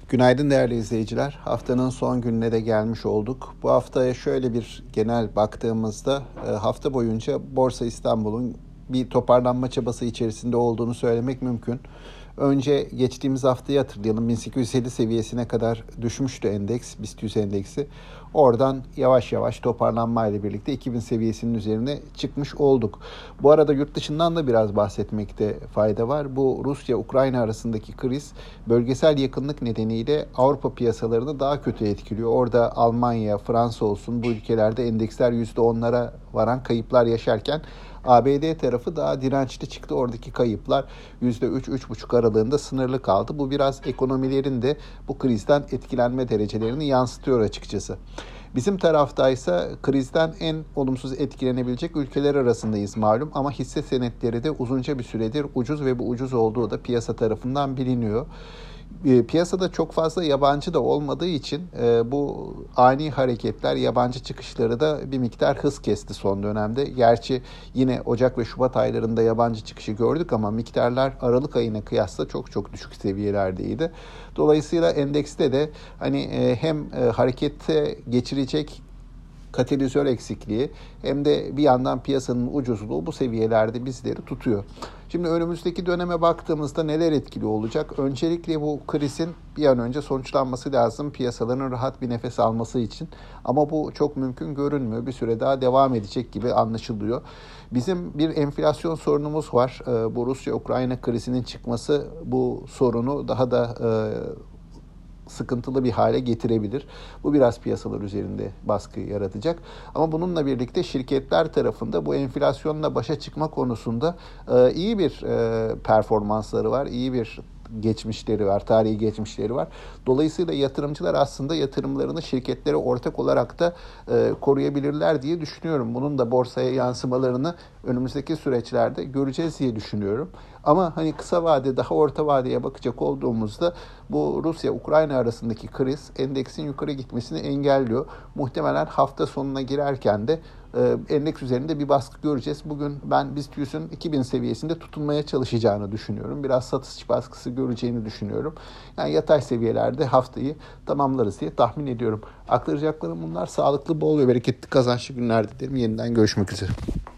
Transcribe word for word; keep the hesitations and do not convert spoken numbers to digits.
Günaydın değerli izleyiciler. Haftanın son gününe de gelmiş olduk. Bu haftaya şöyle bir genel baktığımızda hafta boyunca Borsa İstanbul'un bir toparlanma çabası içerisinde olduğunu söylemek mümkün. Önce geçtiğimiz haftayı hatırlayalım. bin sekiz yüz elli seviyesine kadar düşmüştü endeks, BIST yüz endeksi. Oradan yavaş yavaş toparlanmayla birlikte iki bin seviyesinin üzerine çıkmış olduk. Bu arada yurt dışından da biraz bahsetmekte fayda var. Bu Rusya-Ukrayna arasındaki kriz bölgesel yakınlık nedeniyle Avrupa piyasalarını daha kötü etkiliyor. Orada Almanya, Fransa olsun bu ülkelerde endeksler yüzde onlara varan kayıplar yaşarken A B D tarafı daha dirençli çıktı. Oradaki kayıplar yüzde üç üç buçuk aralığında sınırlı kaldı. Bu biraz ekonomilerin de bu krizden etkilenme derecelerini yansıtıyor açıkçası. Bizim taraftaysa krizden en olumsuz etkilenebilecek ülkeler arasındayız malum ama hisse senetleri de uzunca bir süredir ucuz ve bu ucuz olduğu da piyasa tarafından biliniyor. Piyasada çok fazla yabancı da olmadığı için e, bu ani hareketler, yabancı çıkışları da bir miktar hız kesti son dönemde. Gerçi yine Ocak ve Şubat aylarında yabancı çıkışı gördük ama miktarlar Aralık ayına kıyasla çok çok düşük seviyelerdeydi. Dolayısıyla endekste de hani e, hem e, harekete geçirecek katalizör eksikliği hem de bir yandan piyasanın ucuzluğu bu seviyelerde bizleri tutuyor. Şimdi önümüzdeki döneme baktığımızda neler etkili olacak? Öncelikle bu krizin bir an önce sonuçlanması lazım piyasaların rahat bir nefes alması için. Ama bu çok mümkün görünmüyor. Bir süre daha devam edecek gibi anlaşılıyor. Bizim bir enflasyon sorunumuz var. Bu Rusya-Ukrayna krizinin çıkması bu sorunu daha da sıkıntılı bir hale getirebilir. Bu biraz piyasalar üzerinde baskı yaratacak. Ama bununla birlikte şirketler tarafında bu enflasyonla başa çıkma konusunda e, iyi bir e, performansları var, iyi bir geçmişleri var, tarihi geçmişleri var. Dolayısıyla yatırımcılar aslında yatırımlarını şirketlere ortak olarak da e, koruyabilirler diye düşünüyorum. Bunun da borsaya yansımalarını önümüzdeki süreçlerde göreceğiz diye düşünüyorum. Ama hani kısa vade, daha orta vadeye bakacak olduğumuzda bu Rusya-Ukrayna arasındaki kriz endeksin yukarı gitmesini engelliyor. Muhtemelen hafta sonuna girerken de endeks üzerinde bir baskı göreceğiz. Bugün ben BIST yüzün iki bin seviyesinde tutunmaya çalışacağını düşünüyorum. Biraz satış baskısı göreceğini düşünüyorum. Yani yatay seviyelerde haftayı tamamlarız diye tahmin ediyorum. Aktaracaklarım bunlar. Sağlıklı, bol ve bereketli kazançlı günler dilerim. Yeniden görüşmek üzere.